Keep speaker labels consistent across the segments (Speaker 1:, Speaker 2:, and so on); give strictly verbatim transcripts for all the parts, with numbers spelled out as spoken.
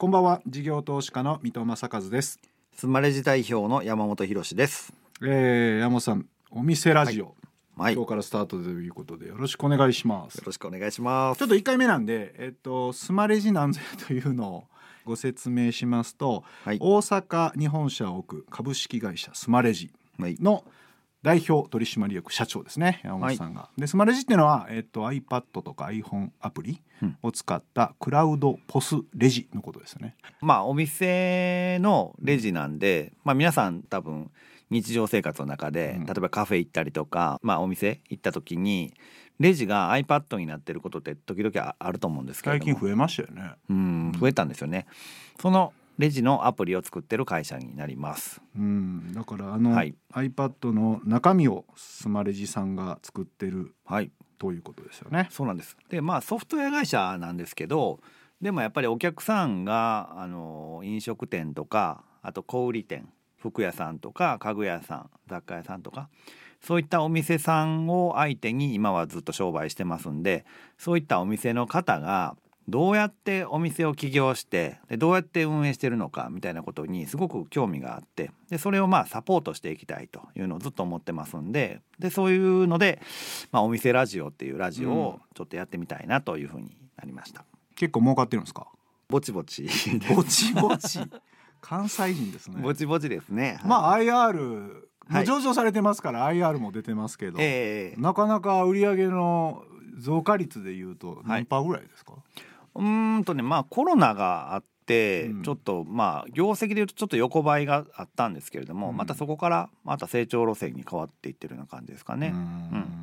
Speaker 1: こんばんは。事業投資家の三戸正和です。
Speaker 2: スマレジ代表の山本博です。
Speaker 1: えー、山本さん、お店ラジオ、
Speaker 2: はい、
Speaker 1: 今日からスタートということでよろしくお願いします。
Speaker 2: よろしくお願いします。
Speaker 1: ちょっといっかいめなんで、えっと、スマレジなんぞやというのをご説明しますと、はい、大阪に本社を置く株式会社スマレジの代表取締役社長ですね、山本さんが、はい、でスマレジっていうのは、えっと、iPad とか iPhone アプリを使ったクラウドポスレジのことですよね。
Speaker 2: まあお店のレジなんで、まあ、皆さん多分日常生活の中で、うん、例えばカフェ行ったりとか、まあ、お店行った時にレジが iPad になってることって時々あると思うんですけれども、
Speaker 1: 最近増えましたよね。
Speaker 2: うん、増えたんですよね。そのレジのアプリを作ってる会社になります。
Speaker 1: うん、だからあの、はい、iPad の中身をスマレジさんが作ってる、はい、ということですよね。
Speaker 2: そうなんです。で、まあソフトウェア会社なんですけど、でもやっぱりお客さんがあの飲食店とか、あと小売店、服屋さんとか家具屋さん、雑貨屋さんとか、そういったお店さんを相手に今はずっと商売してますんで、そういったお店の方がどうやってお店を起業してでどうやって運営してるのかみたいなことにすごく興味があって、でそれをまあサポートしていきたいというのをずっと思ってますんで、でそういうので、まあ、お店ラジオっていうラジオをちょっとやってみたいなというふうになりました。
Speaker 1: 結構儲かってるんですか？
Speaker 2: ぼちぼち
Speaker 1: ぼちぼち関西人ですね。
Speaker 2: ぼちぼちですね。
Speaker 1: まあ アイアール も上場されてますから、はい、アイアール も出てますけど、えー、なかなか売上の増加率でいうと何パーぐらいですか？はい、
Speaker 2: うーんとねまあコロナがあってちょっとまあ業績でいうとちょっと横ばいがあったんですけれども、またそこからまた成長路線に変わっていってるような感じですかね。うん、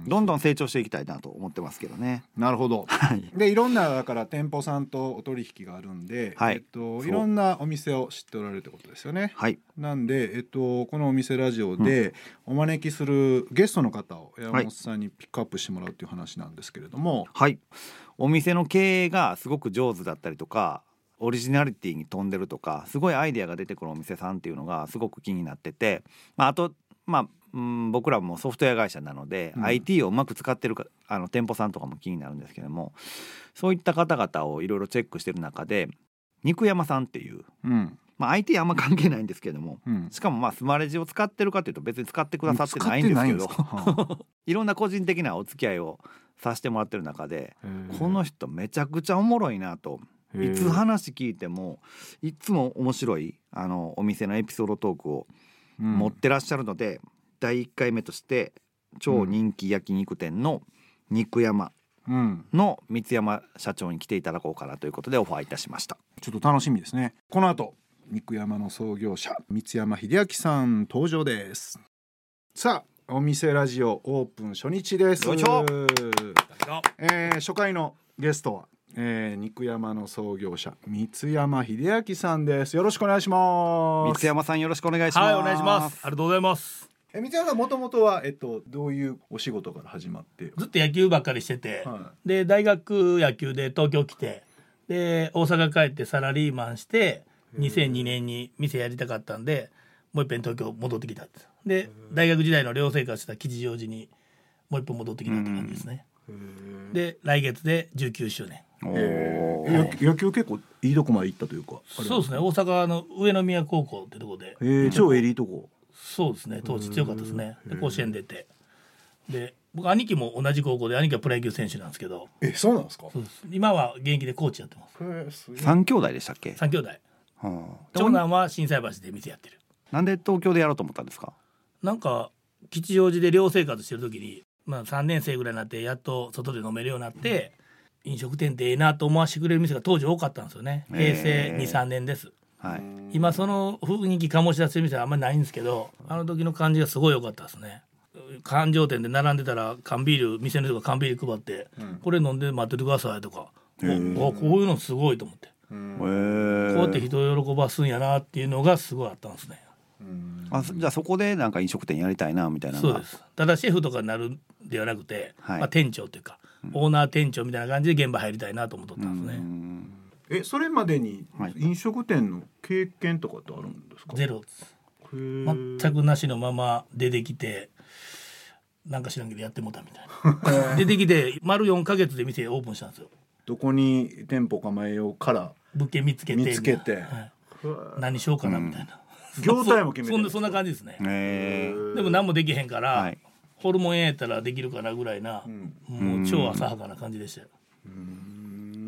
Speaker 2: どんどん成長していきたいなと思ってますけどね。
Speaker 1: なるほど。でいろんなだから店舗さんとお取引があるんで、はい、えっと、いろんなお店を知っておられるってことですよね。はい、なんで、えっと、このお店ラジオでお招きするゲストの方を山本さんにピックアップしてもらうっていう話なんですけれども、
Speaker 2: はい、お店の経営がすごく上手だったりとか、オリジナリティに富んでるとか、すごいアイデアが出てくるお店さんっていうのがすごく気になってて、まあ、あと、まあうん、僕らもソフトウェア会社なので、うん、アイティー をうまく使ってるかあの店舗さんとかも気になるんですけども、そういった方々をいろいろチェックしてる中で肉山さんっていう、うんまあ、アイティー あんま関係ないんですけども、うん、しかもまあスマレジを使ってるかというと別に使ってくださってないんですけど、いろんな個人的なお付き合いをさせてもらってる中で、この人めちゃくちゃおもろいなと、いつ話聞いてもいつも面白いあのお店のエピソードトークを持ってらっしゃるので、うん、だいいっかいめとして超人気焼肉店の肉山の三山社長に来ていただこうかなということでオファーいたしました。
Speaker 1: ちょっと楽しみですね。この後肉山の創業者三山秀明さん登場です。さあお店ラジオオープン初日です。よいしょ、えー、初回のゲストはえー、肉山の創業者三山秀明さんです。よろしくお願いします。
Speaker 2: 三山さんよろしくお願いします。
Speaker 3: はい、お願いします。ありがとうございます。
Speaker 1: え三山さんもともとは、えっと、どういうお仕事から始まって？
Speaker 3: ずっと野球ばっかりしてて、はい、で大学野球で東京来て、で大阪帰ってサラリーマンしてにせんにねんに店やりたかったんでもう一遍東京戻ってきたんです。で大学時代の寮生活した吉祥寺にもう一遍戻ってきたって感じですね。で来月でじゅうきゅうしゅうねん。
Speaker 1: えー、野球結構いいとこまで行ったというか。
Speaker 3: そうですね、大阪の上宮高校ってとこで、
Speaker 1: えー、超エリート校。
Speaker 3: そうですね、当時強かったですね。で甲子園出て、で僕兄貴も同じ高校で、兄貴はプロ野球選手なんですけど。
Speaker 1: えそうなんですか？
Speaker 3: そうです。今は現役でコーチやってます。
Speaker 2: 三兄弟でしたっけ？
Speaker 3: 三兄弟、はあ、長男は心斎橋で店やってる。
Speaker 2: なんで東京でやろうと思ったんですか？
Speaker 3: なんか吉祥寺で寮生活してる時に、まあ、さんねん生ぐらいになってやっと外で飲めるようになって、うん、飲食店ってええなと思わせてくれる店が当時多かったんですよね。平成 にさんねんです、はい、今その雰囲気醸し出せる店はあんまりないんですけど、あの時の感じがすごい良かったですね。環状店で並んでたら缶ビール、店の人が缶ビール配って、うん、これ飲んで待っててくださいとか、おこういうのすごいと思って、こうやって人を喜ばすんやなっていうのがすごいあったんですね。
Speaker 2: あじゃあそこでなんか飲食店やりたいなみたいなのが。
Speaker 3: そうです。ただシェフとかになるではなくて、はい、まあ、店長というか、うん、オーナー店長みたいな感じで現場入りたいなと思っとったんですね。うん、
Speaker 1: えそれまでに飲食店の経験とかってあるんですか？
Speaker 3: ゼロです。全くなしのまま出てきて、なんか知らんけどやってもうたみたいな出てきて丸よんかげつで店オープンしたんですよ。
Speaker 1: どこに店舗構えようから
Speaker 3: 物件見つけて
Speaker 1: 見つけて、
Speaker 3: はい、何しようかなみたいな、
Speaker 1: うん、業態も決めて
Speaker 3: そんなそんな感じですね。
Speaker 2: へ
Speaker 3: でも何もできへんから、はい、ホルモン屋やったらできるかなぐらいな、うん、もう超浅はかな感じでしたよ。
Speaker 2: うん、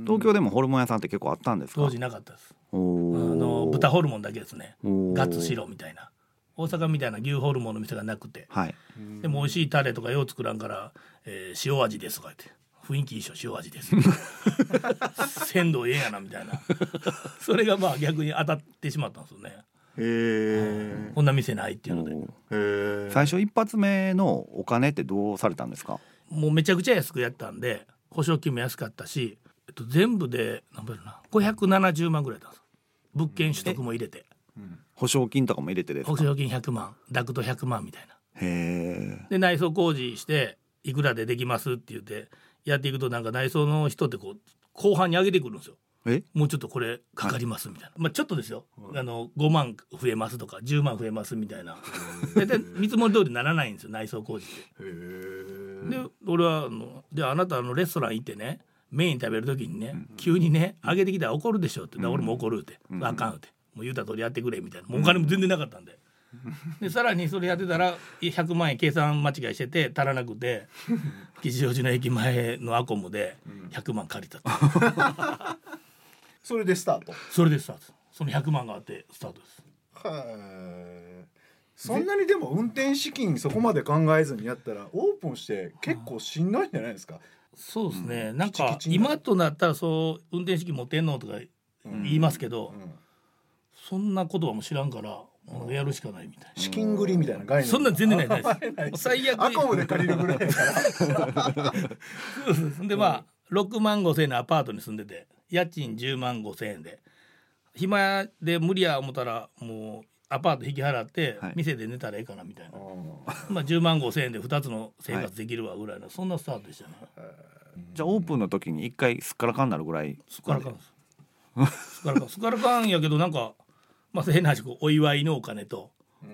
Speaker 2: 東京でもホルモン屋さんって結構あったんですか？
Speaker 3: 当時なかったです。あの豚ホルモンだけですね。ガッツ白みたいな、大阪みたいな牛ホルモンの店がなくて、はい、でも美味しいタレとかよう作らんから、えー、塩味ですとか言って雰囲気いいでしょ塩味です鮮度ええやなみたいなそれがまあ逆に当たってしまったんですよね。へー、こんな店ないっていうので。
Speaker 2: へー、最初一発目のお金ってどうされたんですか？
Speaker 3: もうめちゃくちゃ安くやったんで保証金も安かったし、えっと、全部で何倍だなごひゃくななじゅうまんぐらいだったんです。物件取得も入れて、
Speaker 2: うん、保証金とかも入れてですか？
Speaker 3: 保証金ひゃくまん、ダクトひゃくまんみたいな。
Speaker 2: へー。
Speaker 3: で内装工事していくらでできますって言ってやっていくと、なんか内装の人ってこう後半に上げてくるんですよ。えもうちょっとこれかかりますみたいな、はい、まあちょっとですよ、はい、あのごまん増えますとかじゅうまん増えますみたいなでで見積もり通りにならないんですよ内装工事って。へで俺はあのであなたあのレストラン行ってねメイン食べる時にね、うん、急にね上げてきたら怒るでしょって、うん、俺も怒るって、うん、あかんってもう言うた通りやってくれみたいな、もうお金も全然なかったんで、でさらにそれやってたらひゃくまんえん計算間違いしてて足らなくて吉祥寺の駅前のアコムでひゃくまん借りたと
Speaker 1: それでスタート。
Speaker 3: それでスタート。そのひゃくまんがあってスタートです。
Speaker 1: はー、そんなにでも運転資金そこまで考えずにやったらオープンして結構しんどいんじゃないですか？
Speaker 3: そうですね、うん、なんか今となったらそう運転資金持ってんのとか言いますけど、うんうん、そんな言葉も知らんからやるしかないみたいな。
Speaker 1: 資金繰りみたいな概念
Speaker 3: そんな全然ないです最悪
Speaker 1: アコムで借りるぐらいやから
Speaker 3: でまあろくまんごせんえんのアパートに住んでて家賃じゅうまんごせんえんで暇で無理や思ったらもうアパート引き払って店で寝たらええかなみたいな、はい、まあじゅうまんごせんえんでふたつの生活できるわぐらいの、はい、そんなスタートでしたね。
Speaker 2: じゃあオープンの時に一回すっからかんなるぐらい。
Speaker 3: すっからかんですすっからかんすっからかんやけどなんかまあ変な話お祝いのお金と、うん、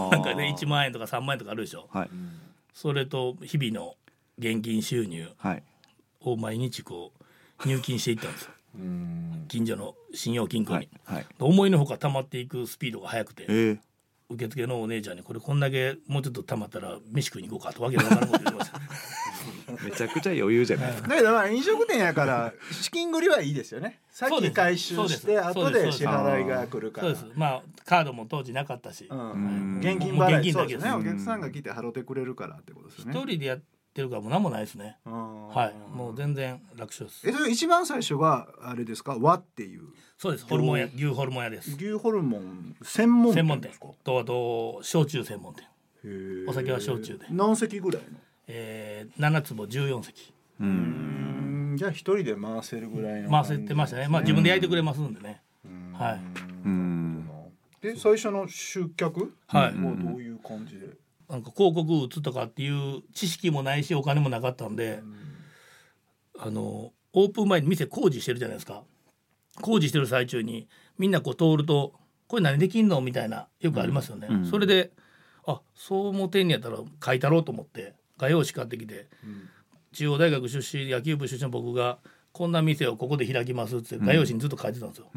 Speaker 3: なんかねいちまんえんとかさんまんえんとかあるでしょ、はい、それと日々の現金収入を毎日こう入金していったんですようん近所の信用金庫に、はいはい、思いのほか溜まっていくスピードが速くて、えー、受付のお姉ちゃんにこれこんだけもうちょっと溜まったら飯食いに行こうかとわけで分からんこと言ってました
Speaker 2: めちゃくちゃ余裕じゃないですか。
Speaker 1: だけどまあ飲食店やから資金繰りはいいですよね。先回収して後で支払いが来るから。
Speaker 3: そうです。まあカードも当時なかったし、うん
Speaker 1: うん、現金払いそうですね。お客さんが来て払ってくれるからってことですよね。
Speaker 3: 一人でやってるからもう何もないですね。はい。もう全然楽勝です。
Speaker 1: えそれ一番最初があれですか和っていう。
Speaker 3: そうです。ホルモン屋牛ホルモン屋です。
Speaker 1: 牛ホルモン専門店ですか。
Speaker 3: とあと焼酎専門店。へお酒は焼酎で。
Speaker 1: 何席ぐらいの？
Speaker 3: えー、ななつぼじゅうよんせき。
Speaker 1: うーんじゃあ一人で回せるぐらいの
Speaker 3: 回せてましたね。まあ自分で焼いてくれますんでね。はい。
Speaker 1: うんで最初の集客はどういう感じで？
Speaker 3: なんか広告打つとかっていう知識もないしお金もなかったんで、あのオープン前に店工事してるじゃないですか。工事してる最中にみんなこう通るとこれ何できんのみたいなよくありますよね。うん、それであそう思ってんやったら書いたろうと思って画用紙買ってきて、うん、中央大学出身野球部出身の僕がこんな店をここで開きますって画用紙にずっと書いてたんですよ。うん、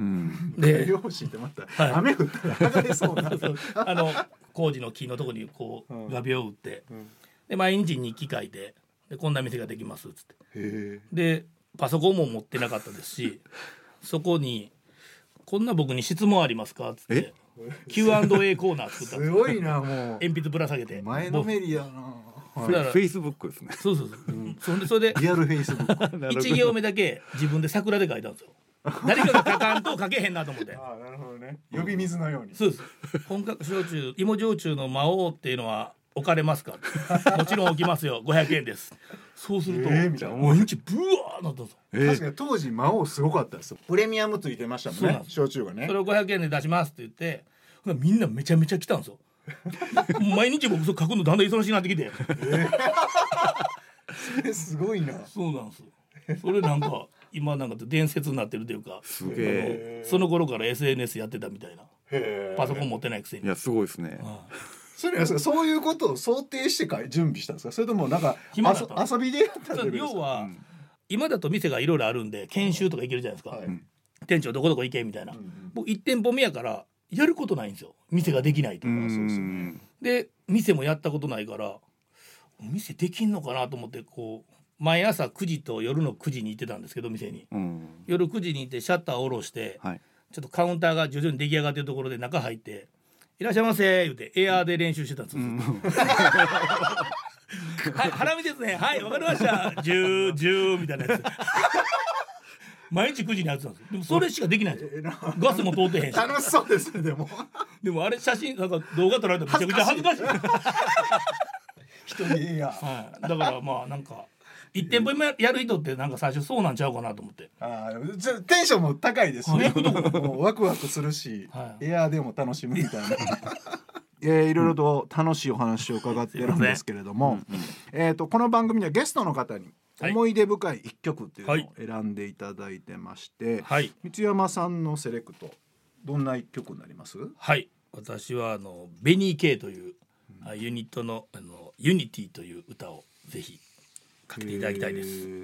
Speaker 1: で画用紙ってまた、はい、雨降ったら剥がれそうな
Speaker 3: あの工事の木のとこにこう、うん、画鋲を打って、うん、で毎日日記書いてでこんな店ができますっつってでパソコンも持ってなかったですしそこにこんな僕に質問ありますかっつってキューアンドエー コーナー作ったんです
Speaker 1: すごいなもう
Speaker 3: 鉛筆ぶら下げて
Speaker 1: 前のめりやな
Speaker 2: フェイスブックですね。
Speaker 3: そうそうそう、うん、それでそれで
Speaker 1: リアルフェイスブック
Speaker 3: いち行目だけ自分で桜で書いたんですよ誰かが書かんと書けへんなと思って
Speaker 1: ああなるほどね呼び水のように
Speaker 3: そうです本格焼酎芋焼酎の魔王っていうのは置かれますかもちろん置きますよごひゃくえんですそうすると、えー、毎日ブワーなったんですよ、
Speaker 1: えー、確かに当時魔王すごかったですよプレミアムついてましたもんね焼酎がね
Speaker 3: それをごひゃくえんで出しますって言ってみんなめちゃめちゃ来たんですよ毎日僕それ書くのだんだん忙しくなってきて、えー、
Speaker 1: それすごいな
Speaker 3: そうなんですそれなんか今なんか伝説になってるというか
Speaker 2: すげえ
Speaker 3: その頃から エスエヌエス やってたみたいなパソコン持ってないくせに
Speaker 2: いやすごいですね、
Speaker 1: ああそれはそういうことを想定してか準備したんですかそれともなんか遊びでやったんですか
Speaker 3: 要は、うん、今だと店がいろいろあるんで研修とか行けるじゃないですか、はい、 店長どこどこ行けみたいな、うんうん、僕いち店舗目やからやることないんですよ、店ができないとか。で店もやったことないから店できんのかなと思って、こう毎朝くじと夜のくじに行ってたんですけど、店に、うん、夜くじに行ってシャッターを下ろして、はい、ちょっとカウンターが徐々に出来上がってるところで中入っていらっしゃいませ言うてエアーで練習してたんですよ、うん、はいハラミですね、はいわかりましたじゅう、じゅうみたいなやつ毎日くじにやってたんですよ。でもそれしかできないんですよ、ガスも通ってへんし。
Speaker 1: 楽しそうですね。でも
Speaker 3: でもあれ写真なんか動画撮られたらめちゃくちゃ恥ずかしい
Speaker 1: 人にいいや、
Speaker 3: はい、だからまあなんかいち店舗目やる人ってなんか最初そうなんちゃうかなと思って。
Speaker 1: あテンションも高いですね。もうワクワクするし、はい、エアーでも楽しむみたいなえー、いろいろと楽しいお話を伺ってるんですけれども、うんうん、えーとこの番組ではゲストの方に思い出深い一曲っていうのを選んでいただいてまして、はい、三山さんのセレクトどんな一曲になります？
Speaker 3: はい、私はあのベニー K という、うん、ユニットのあのユニティという歌をぜひかけていただきたいです。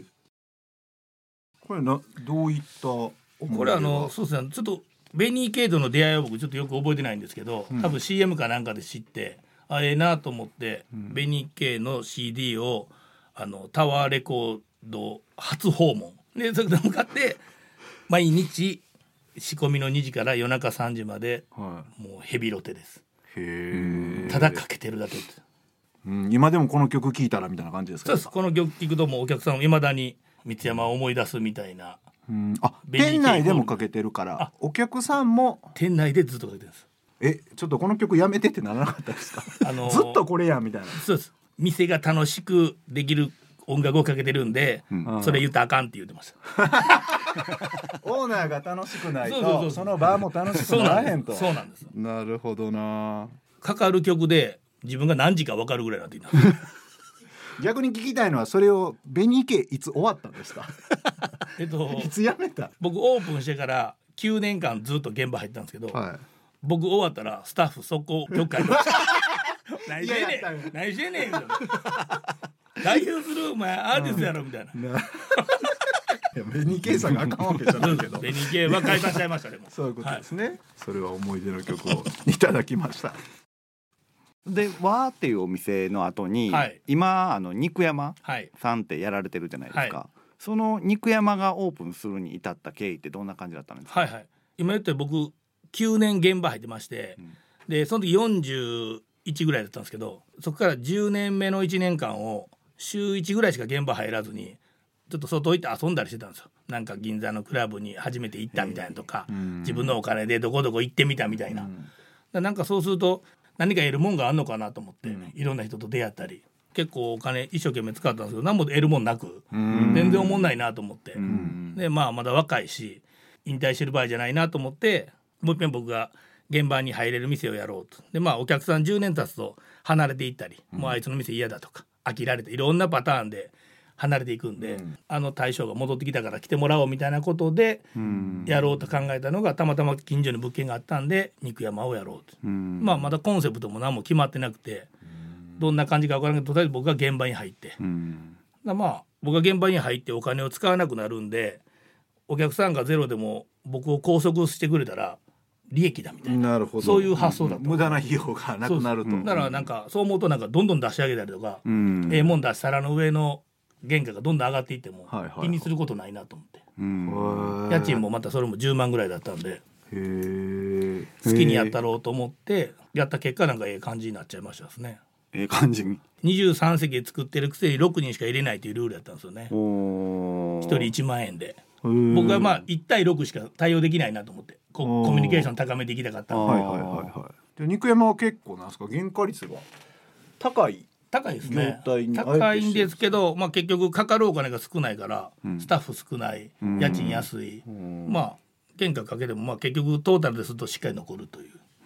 Speaker 1: これなどういった思い出が？
Speaker 3: これあのそうですね、ちょっとベニー K との出会いは僕ちょっとよく覚えてないんですけど、うん、多分 シーエム かなんかで知ってあええなと思って、うん、ベニー K の シーディー をあのタワーレコード初訪問で、それで向かって毎日仕込みのにじから夜中さんじまで、はい、もうヘビロテです。へただかけてるだけです、
Speaker 1: うん、今でもこの曲聴いたらみたいな感じですか？
Speaker 3: そうです。この曲聴くともお客さんいまだに三山を思い出すみたいな。
Speaker 1: うん、あ店内でもかけてるからお客さんも
Speaker 3: 店内でずっとかけてるんです。
Speaker 1: えちょっとこの曲やめてってならなかったですか？あのー、ずっとこれやみたいな。
Speaker 3: そうです。店が楽しくできる音楽をかけてるんで、うん、それ言ったらあかんって言ってました
Speaker 1: オーナーが楽しくないとそうそうそうそのバーも楽しくならへんと。
Speaker 3: そうなんです。
Speaker 1: なるほどな。
Speaker 3: かかる曲で自分が何時か分かるぐらいになっていた
Speaker 1: 逆に聞きたいのはそれをベニー Kいつ終わったんですか？
Speaker 3: えっと
Speaker 1: いつやめた？
Speaker 3: 僕オープンしてからきゅうねんかんずっと現場入ってたんですけど、はい、僕終わったらスタッフ速攻曲書いてました何してんねん何してんねんみたいな代表するお前アーティストやろみたいな、うん、いや
Speaker 1: ベニー K さんがあかんわけじゃないけど
Speaker 3: ベニー K は解散しちゃいましたね。
Speaker 1: そういうことですね、はい、それは思い出の曲をいただきました
Speaker 2: でわーっていうお店の後に、はい、今あの肉山さんってやられてるじゃないですか、はい、その肉山がオープンするに至った経緯ってどんな感じだったんですか？
Speaker 3: はいはい、今言ったように僕きゅうねん現場入ってまして、うん、でその時よんじゅういちぐらいだったんですけど、そこからじゅうねんめのいちねんかんを週いちぐらいしか現場入らずにちょっと外行って遊んだりしてたんですよ。なんか銀座のクラブに初めて行ったみたいなとか、自分のお金でどこどこ行ってみたみたいな、だなんかそうすると何か得るもんがあんのかなと思って、うん、いろんな人と出会ったり結構お金一生懸命使ったんですけど何も得るもんなく、全然思んないなと思って、でまあまだ若いし引退してる場合じゃないなと思ってもう一遍僕が現場に入れる店をやろうと。でまあお客さんじゅうねん経つと離れていったり、うん、もうあいつの店嫌だとか飽きられていろんなパターンで離れていくんで、うん、あの大将が戻ってきたから来てもらおうみたいなことでやろうと考えたのがたまたま近所に物件があったんで肉山をやろうと、うん、まあまだコンセプトも何も決まってなくて、うん、どんな感じか分からないけどとりあえず僕が現場に入って、うん、だまあ僕が現場に入ってお金を使わなくなるんでお客さんがゼロでも僕を拘束してくれたら利益だみたい な, なるほどそういう発想だった、うん、
Speaker 1: 無駄な費用がなくなると。
Speaker 3: だからなんかそう思うとなんかどんどん出し上げたりとか、うん、ええもん出し皿の上の原価がどんどん上がっていっても気にすることないなと思って、はいはい、家賃もまたそれもじゅうまんぐらいだったんでへ好きにやったろうと思ってやった結果なんかええ感じになっちゃいましたですね。
Speaker 2: ええ感じに
Speaker 3: にじゅうさんせき作ってるくせにろくにんしか入れないというルールやったんですよね。ひとりいちまんえんで僕はまあいちたいろくしか対応できないなと思ってコミュニケーション高めていきたかったんで、はいはいはい
Speaker 1: はい、で肉山は結構なんですか原価率が高い
Speaker 3: 高いですね。高いんですけど、まあ、結局かかるお金が少ないから、うん、スタッフ少ない、うん、家賃安い、うん、まあ原価かけてもまあ結局トータルでするとしっかり残るという。うん、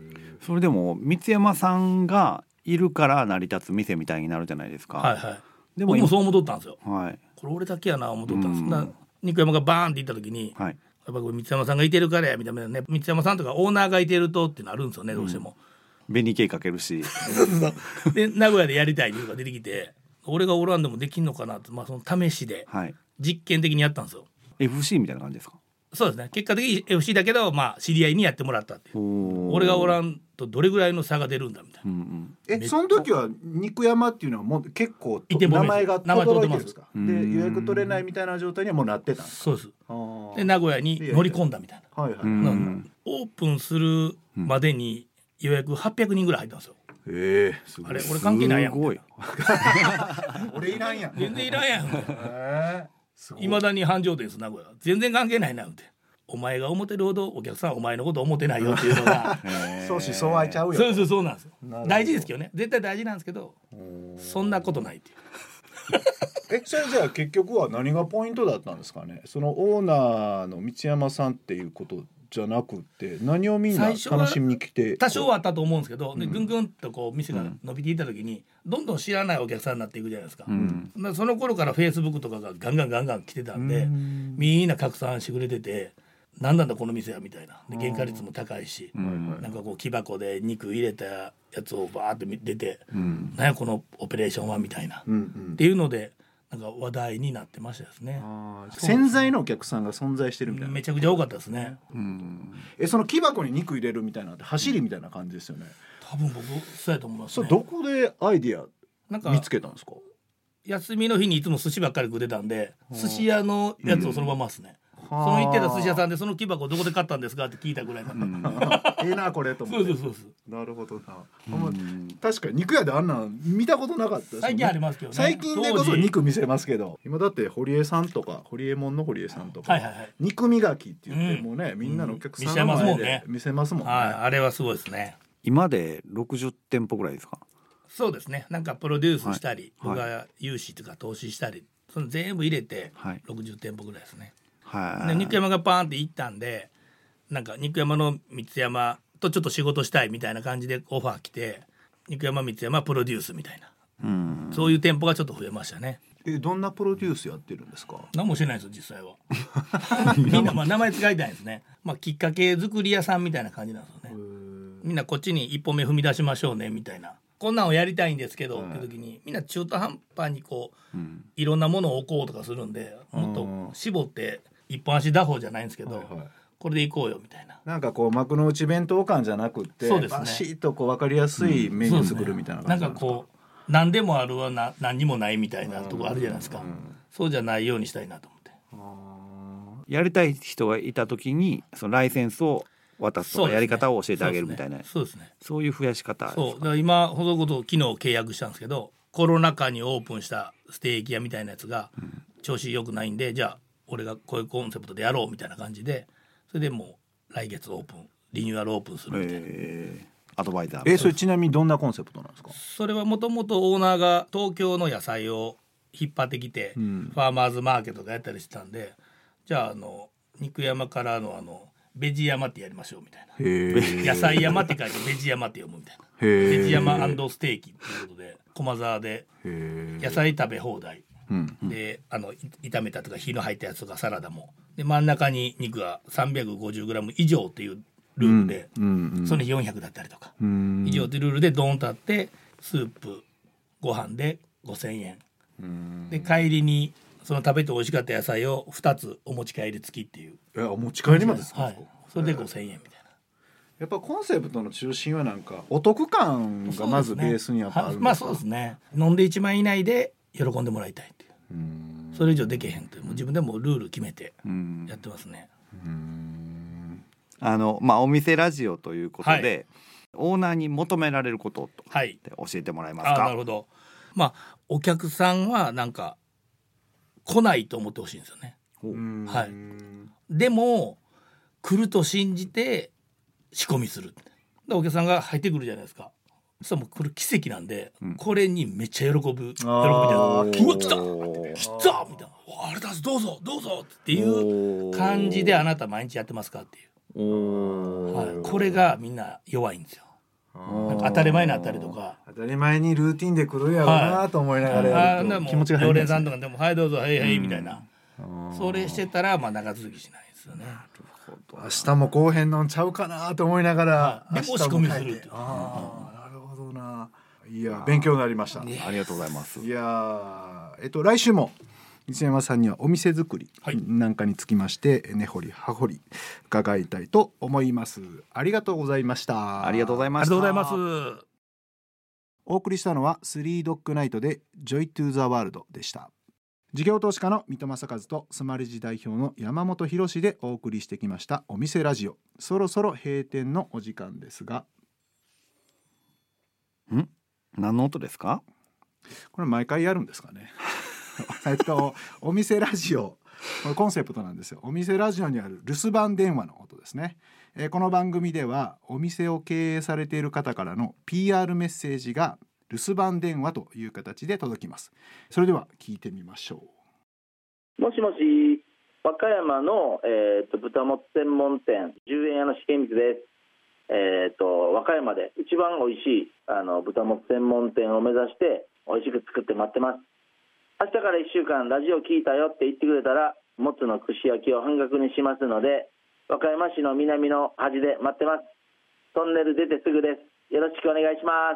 Speaker 2: それでも三山さんがいるから成り立つ店みたいになるじゃないですか。
Speaker 3: はいはい。でも僕もそう思っとったんですよ、はい、これ俺だけやな思っとったんです、うん、だ肉山がバーンって行った時に、はい、やっぱこれ三山さんがいてるからやみたいなね、三山さんとかオーナーがいてるとってなるんですよね、どうしても。
Speaker 2: 紅系かけるし
Speaker 3: で名古屋でやりたいっていうのが出てきて俺がおらんでもできんのかなって、まあ、その試しで実験的にやったんですよ、
Speaker 2: はい、エフシー みたいな感じですか？
Speaker 3: そうですね、結果的に エフシー だけど、まあ、知り合いにやってもらったっていう、俺がおらんとどれぐらいの差が出るんだみたいな、うん
Speaker 1: うん、えその時は肉山っていうのはもう結構名前が轟いてるんですか？で予約取れないみたいな状態にはもうなってたんですか？
Speaker 3: そうです。で名古屋に乗り込んだみたいな、はいはい、オープンするまでに予約はっぴゃくにんぐらい入ったんですよ。
Speaker 1: えー、すごい。
Speaker 3: あれ俺関係ないやん。
Speaker 2: すごい
Speaker 1: 俺いらんやん。
Speaker 3: 全然いらんやん。いまだに繁盛店です名古屋。全然関係ないなって。お前が思ってるほどお客さんはお前のこと思ってないよっていうのが
Speaker 1: そうしそうあいちゃうよ。
Speaker 3: そうそうそうなんですよ。大事ですけどね、絶対大事なんですけど、そんなことないっていう
Speaker 1: えそれじゃあ結局は何がポイントだったんですかね？そのオーナーの道山さんっていうことじゃなくて何をみんな楽しみに来て、
Speaker 3: 多少はあったと思うんですけど、でぐんぐんとこう店が伸びていった時に、うん、どんどん知らないお客さんになっていくじゃないですか、うん、その頃からフェイスブックとかがガンガンガンガン来てたんで、うん、みんな拡散してくれてて、なんなんだこの店はみたいな、で原価率も高いし、うん、なんかこう木箱で肉入れたやつをバーって出て、うん、なんやこのオペレーションはみたいな、うんうん、っていうのでなんか話題になってましたですね。
Speaker 1: 潜在のお客さんが存在してるみたいな、
Speaker 3: めちゃくちゃ多かったですね、
Speaker 1: うん、えその木箱に肉入れるみたいなって走りみたいな感じですよね、
Speaker 3: 多分僕そうやと思いますね。
Speaker 1: それどこでアイディア見つけたんですか？
Speaker 3: 休みの日にいつも寿司ばっかり食ってたんで、寿司屋のやつをそのままですね、うん、その行ってた寿司屋さんでその木箱どこで買ったんですかって聞いたぐらいな、うん、
Speaker 1: ええなこれと思って。
Speaker 3: そうそうそうそう、
Speaker 1: なるほどな、うん、確かに肉屋であんなの見たことなかったです、ね、
Speaker 3: 最近ありますけどね。
Speaker 1: 最近でこそ肉見せますけど、今だって堀江さんとか堀江門の堀江さんとか、はいはいはい、肉磨きって言ってもね、うん、みんなのお客さんの前で見せますもんね、
Speaker 3: はい、あれはすごいですね。
Speaker 2: 今でろくじゅってんぽぐらいですか？
Speaker 3: そうですね、なんかプロデュースしたり、はい、僕が融資とか投資したり、その全部入れてろくじゅってんぽぐらいですね、はい、で肉山がパーンって行ったんで、なんか肉山の三山とちょっと仕事したいみたいな感じでオファー来て、肉山三山プロデュースみたいな、うん、そういう店舗がちょっと増えましたね。
Speaker 1: えどんなプロデュースやってるんですか？
Speaker 3: 何もしてないですよ実際はみんなまあ名前使いたいんですね、まあ、きっかけ作り屋さんみたいな感じなんですよね。みんなこっちに一歩目踏み出しましょうねみたいな、こんなんをやりたいんですけどって時にみんな中途半端にこう、うん、いろんなものを置こうとかするんで、もっと絞って一本足打法じゃないんですけど、はいはい、これでいこうよみたいな、
Speaker 1: なんかこう幕の内弁当感じゃなくって、そうですね、バシッとこう分かりやすいメニュー作るみたいな感じなんですか？
Speaker 3: なんかこう何でもあるはな何にもないみたいなところあるじゃないですか、うんうん、そうじゃないようにしたいなと思って、
Speaker 2: あやりたい人がいた時にそのライセンスを渡すとかやり方を教えてあげるみたいな、
Speaker 3: そうですね、
Speaker 2: そういう増やし方ですか？
Speaker 3: そうだから今ほどこと昨日契約したんですけど、コロナ禍にオープンしたステーキ屋みたいなやつが調子良くないんで、うん、じゃあ俺がこういうコンセプトでやろうみたいな感じで、それでもう来月オープンリニューアルオープンするみたいな、え
Speaker 2: ー、アドバイザー、
Speaker 1: えー、それちなみにどんなコンセプトなんですか？
Speaker 3: それはもともとオーナーが東京の野菜を引っ張ってきて、うん、ファーマーズマーケットがやったりしてたんで、じゃああの肉山からのあのベジ山ってやりましょうみたいな、へ野菜山って書いてベジ山って読むみたいな、ベジ山&ステーキっていうことで駒沢で野菜食べ放題、うんうん、であの炒めたとか火の入ったやつとかサラダもで、真ん中に肉が さんびゃくごじゅうグラム 以上っていうルールで、うんうんうん、そのよんひゃくだったりとか、うん、以上っていうルールでドーンとあって、スープご飯でごせんえん、うん、で帰りにその食べて美味しかった野菜をふたつお持ち帰り付きっていう。
Speaker 1: えお持ち帰りまでですか？
Speaker 3: はい、それでごせんえんみたいな。
Speaker 1: やっぱコンセプトの中心はなんかお得感がまずベースにやっぱあるんですか？
Speaker 3: まあそうですね、飲んでいちまん以内で喜んでもらいたいっていう、うーん、それ以上できへんってもう自分でもルール決めてやってますね。うー
Speaker 2: ん、あのまあお店ラジオということで、はい、オーナーに求められることとって教えてもらえますか？
Speaker 3: はい、あ、なるほど。まあお客さんはなんか来ないと思ってほしいんですよね。はい、でも来ると信じて仕込みする。でお客さんが入ってくるじゃないですか。そしたらもうこれ奇跡なんで、うん、これにめっちゃ喜ぶ喜ぶみたいな、うわ来た来たみたいな、あれだどうぞどうぞっていう感じであなた毎日やってますかっていう、はい、これがみんな弱いんですよ。なんか当たり前になったりとか、
Speaker 1: 当たり前にルーティンで来るやろうなと思いながらやると、はい、気持ちが入るんですね。常連さんとかでもはいどうぞはいはいみたいな、それしてたらまあ長続きしないですよね。明日も後編のんちゃうかなと思いながら、
Speaker 3: はい、でも仕込みするっていう。
Speaker 1: あ、なるほどな。いや勉強になりました。
Speaker 2: ありがとうございます。
Speaker 1: いやえっと来週も三山さんにはお店作りなんかにつきまして根掘り葉掘り伺いたいと思います。ありがとうございました。
Speaker 2: ありがとうございました。
Speaker 3: ありがとうございます。
Speaker 1: お送りしたのはスリードッグナイトで Joy to the World でした。事業投資家の三戸正和とスマレジ代表の山本博でお送りしてきましたお店ラジオ。そろそろ閉店のお時間ですが、
Speaker 2: ん何の音ですか？
Speaker 1: これ毎回やるんですかねえっとお店ラジオ、これコンセプトなんですよ。お店ラジオにある留守番電話の音ですね。えー、この番組ではお店を経営されている方からの ピーアール メッセージが留守番電話という形で届きます。それでは聞いてみましょ
Speaker 4: う。もしもし、和歌山の、えー、と豚もつ専門店じゅうえん屋の重光です。えー、と和歌山で一番おいしいあの豚もつ専門店を目指しておいしく作って待ってます。明日からいっしゅうかんラジオ聞いたよって言ってくれたらもつの串焼きを半額にしますので、和歌山市の南の端で待ってます。トンネル出てすぐです。よろしくお願いします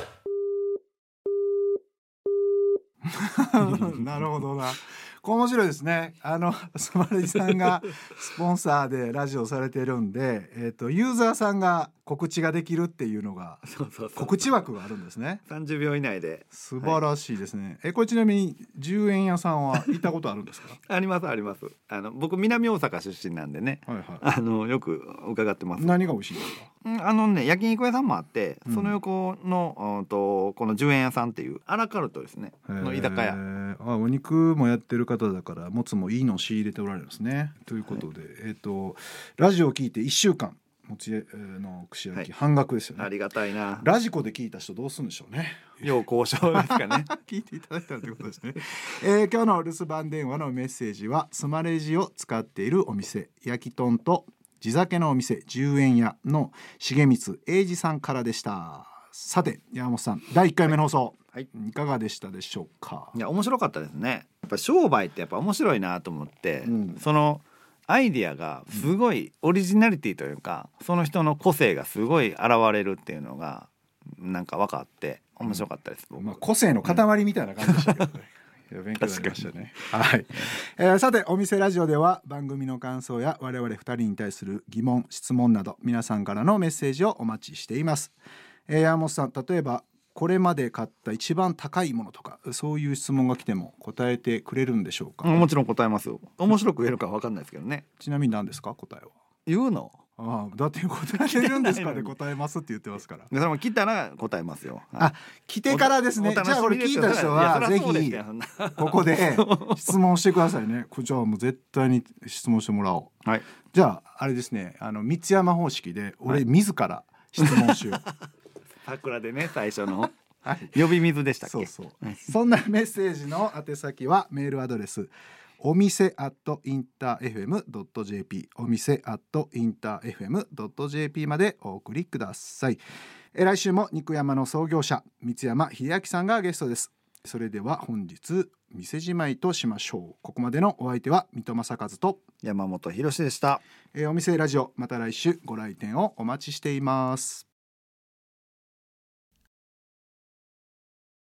Speaker 1: うなるほどな。面白いですね。あのスマレジさんがスポンサーでラジオされてるんで、えーと、ユーザーさんが告知ができるっていうのが
Speaker 2: そうそうそう、
Speaker 1: 告知枠があるんですね。
Speaker 2: さんじゅうびょう以内で。
Speaker 1: 素晴らしいですね。はい、えこれちなみにじゅうえん屋さんは行ったことあるんですか？
Speaker 2: ありますあります。あの僕南大阪出身なんでね、はいはい、あのよく伺ってます。
Speaker 1: 何が美味しいんですか？
Speaker 2: あのね、焼肉屋さんもあって、うん、その横の、うん、とこのじゅうえん屋さんっていうアラカルトですねの居酒屋。
Speaker 1: あ、お肉もやってる方だからもつもいいのを仕入れておられるんですね。ということで、はい、えーとラジオを聞いていっしゅうかんもつの串焼き、はい、半額ですよね。
Speaker 2: ありがたいな。
Speaker 1: ラジコで聞いた人どうするんでしょうね。
Speaker 2: 要交渉ですかね
Speaker 1: 聞いていただいたということですね。えー、今日の留守番電話のメッセージはスマレジを使っているお店焼き豚と地酒のお店じゅうえん屋の重光英二さんからでした。さて山本さん、だいいっかいめの放送、はい、いかがでしたでしょうか？
Speaker 2: いや面白かったですね。やっぱ商売ってやっぱ面白いなと思って、うん、そのアイディアがすごいオリジナリティというか、うん、その人の個性がすごい現れるっていうのがなんか分かって面白かったです。
Speaker 1: うん、まあ、個性の塊みたいな感じでしたけどね。いや勉強になりましたね。はい、えー、さてお店ラジオでは番組の感想や我々ふたりに対する疑問質問など皆さんからのメッセージをお待ちしています。えー、山本さん、例えばこれまで買った一番高いものとかそういう質問が来ても答えてくれるんでしょうか？
Speaker 2: もちろん答えますよ。面白く言えるか分かんないですけどね。
Speaker 1: ちなみに何ですか答えは？
Speaker 2: 言うの？
Speaker 1: ああ、だって答えてるんですかで答えますって言ってますから。
Speaker 2: それも来たら答えますよ。
Speaker 1: あ、来てからですね。じゃあ俺聞いた人はぜひここで質問してくださいね。じゃあもう絶対に質問してもらおう。はい。じゃああれですね、あの三ツ山方式で俺自ら質問しよう。
Speaker 2: 桜でね、最初のはい、呼び水でしたっけ？
Speaker 1: そうそうそんなメッセージの宛先はメールアドレスお店アットインターエフエムドットジェーピー お店アットインターエフエムドットジェーピー までお送りください。え来週も肉山の創業者三山秀明さんがゲストです。それでは本日店じまいとしましょう。ここまでのお相手は水戸正和と
Speaker 2: 山本博史でした。
Speaker 1: えお店ラジオ、また来週ご来店をお待ちしています。